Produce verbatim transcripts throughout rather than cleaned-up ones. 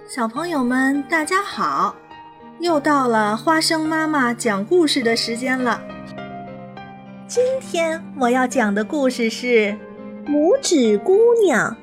小朋友们大家好，又到了花生妈妈讲故事的时间了。今天我要讲的故事是拇指姑娘。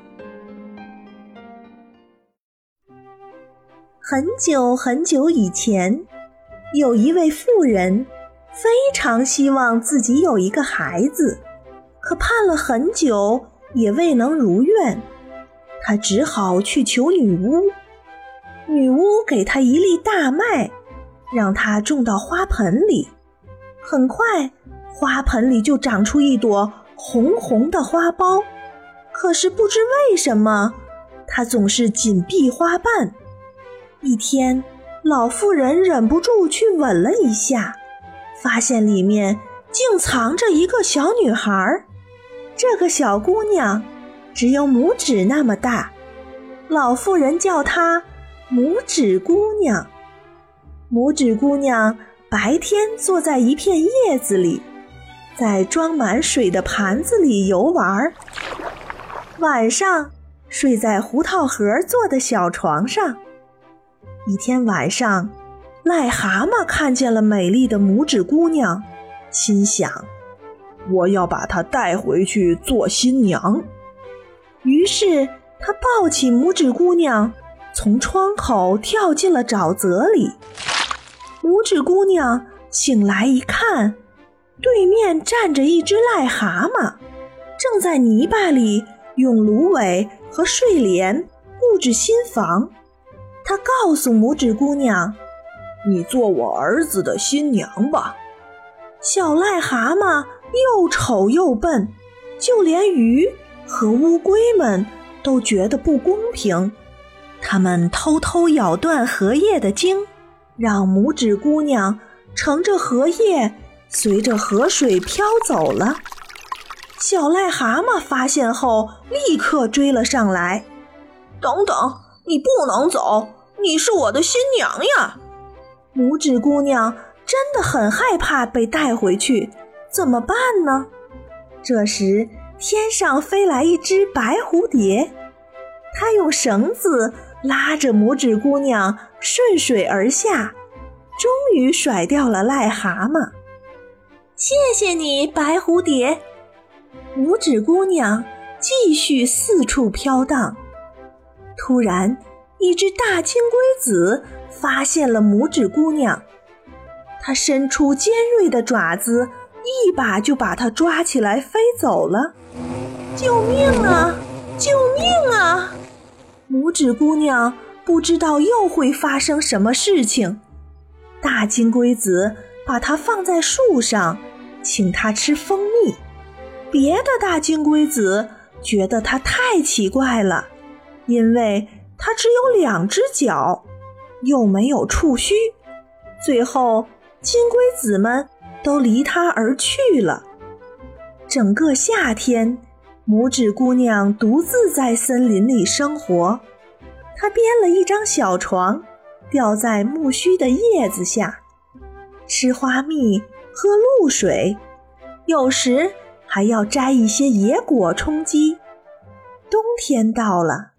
很久很久以前，有一位妇人非常希望自己有一个孩子，可盼了很久也未能如愿，她只好去求女巫。女巫给她一粒大麦，让她种到花盆里。很快，花盆里就长出一朵红红的花苞。可是不知为什么，它总是紧闭花瓣。一天，老妇人忍不住去吻了一下，发现里面竟藏着一个小女孩。这个小姑娘只有拇指那么大，老妇人叫她拇指姑娘。拇指姑娘白天坐在一片叶子里，在装满水的盘子里游玩，晚上睡在胡桃盒做的小床上。一天晚上，癞蛤蟆看见了美丽的拇指姑娘，心想，我要把她带回去做新娘。于是他抱起拇指姑娘，从窗口跳进了沼泽里。拇指姑娘醒来一看，对面站着一只癞蛤蟆，正在泥巴里用芦苇和睡莲布置新房。他告诉拇指姑娘，你做我儿子的新娘吧。小癞蛤蟆又丑又笨，就连鱼和乌龟们都觉得不公平。他们偷偷咬断荷叶的茎，让拇指姑娘乘着荷叶随着河水飘走了。小癞蛤蟆发现后立刻追了上来，等等，你不能走，你是我的新娘呀！拇指姑娘真的很害怕被带回去，怎么办呢？这时天上飞来一只白蝴蝶，它用绳子拉着拇指姑娘顺水而下，终于甩掉了癞蛤蟆。谢谢你，白蝴蝶。拇指姑娘继续四处飘荡。突然，一只大金龟子发现了拇指姑娘，它伸出尖锐的爪子，一把就把她抓起来飞走了。救命啊！救命啊！拇指姑娘不知道又会发生什么事情。大金龟子把它放在树上，请它吃蜂蜜。别的大金龟子觉得它太奇怪了，因为它只有两只脚，又没有触须。最后，金龟子们都离它而去了。整个夏天，拇指姑娘独自在森林里生活。她编了一张小床，吊在木须的叶子下，吃花蜜，喝露水，有时还要摘一些野果充饥。冬天到了，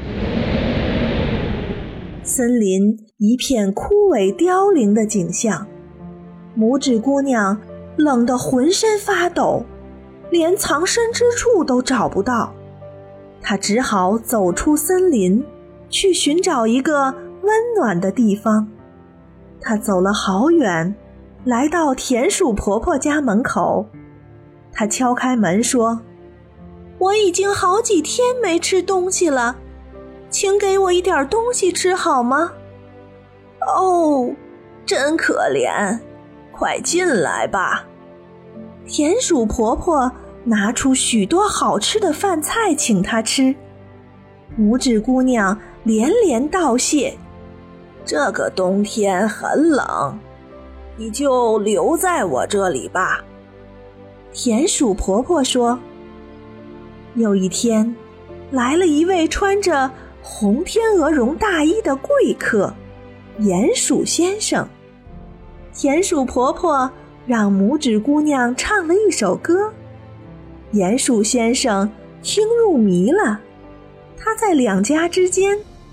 森林一片枯萎凋零的景象，拇指姑娘冷得浑身发抖，连藏身之处都找不到。她只好走出森林，去寻找一个温暖的地方。她走了好远，来到田鼠婆婆家门口。她敲开门说，我已经好几天没吃东西了，请给我一点东西吃好吗？哦，真可怜，快进来吧。田鼠婆婆拿出许多好吃的饭菜请她吃。拇指姑娘连连道谢，这个冬天很冷，你就留在我这里吧。田鼠婆婆说，有一天，来了一位穿着红天鹅绒大衣的贵客，鼹鼠先生。田鼠婆婆让拇指姑娘唱了一首歌，鼹鼠先生听入迷了。他在两家之间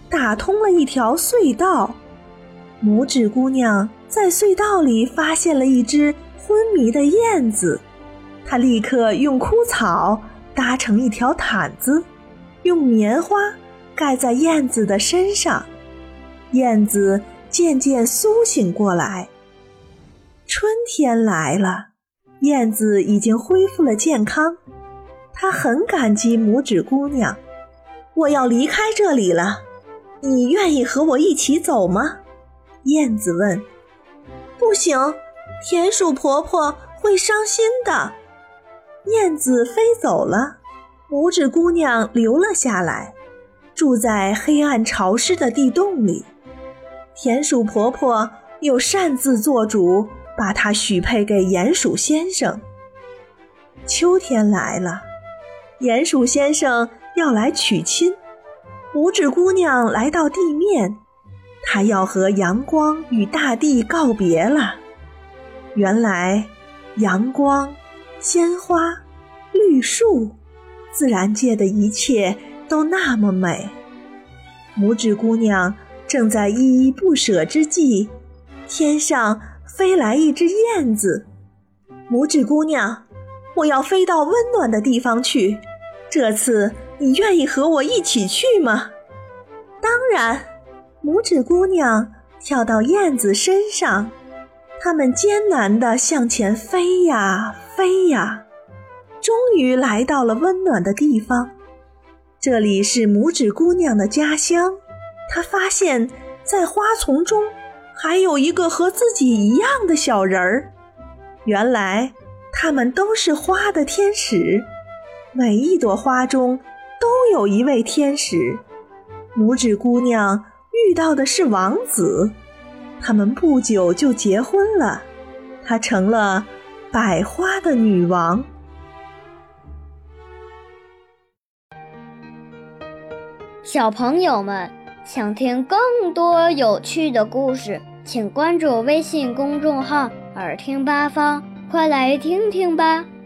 打通了一条隧道。拇指姑娘在隧道里发现了一只昏迷的燕子，她立刻用枯草搭成一条毯子，用棉花盖在燕子的身上，燕子渐渐苏醒过来。春天来了，燕子已经恢复了健康，她很感激拇指姑娘。我要离开这里了，你愿意和我一起走吗？燕子问。不行，田鼠婆婆会伤心的。燕子飞走了，拇指姑娘留了下来，住在黑暗潮湿的地洞里。田鼠婆婆又擅自做主，把她许配给鼹鼠先生。秋天来了，鼹鼠先生要来娶亲，拇指姑娘来到地面，她要和阳光与大地告别了。原来阳光、鲜花、绿树，自然界的一切都那么美。拇指姑娘正在依依不舍之际，天上飞来一只燕子。拇指姑娘，我要飞到温暖的地方去，这次你愿意和我一起去吗？当然。拇指姑娘跳到燕子身上，它们艰难地向前飞呀飞呀，终于来到了温暖的地方。这里是拇指姑娘的家乡，她发现在花丛中还有一个和自己一样的小人儿。原来他们都是花的天使，每一朵花中都有一位天使。拇指姑娘遇到的是王子，他们不久就结婚了，她成了百花的女王。 小朋友们，想听更多有趣的故事，请关注微信公众号“耳听八方”，快来听听吧。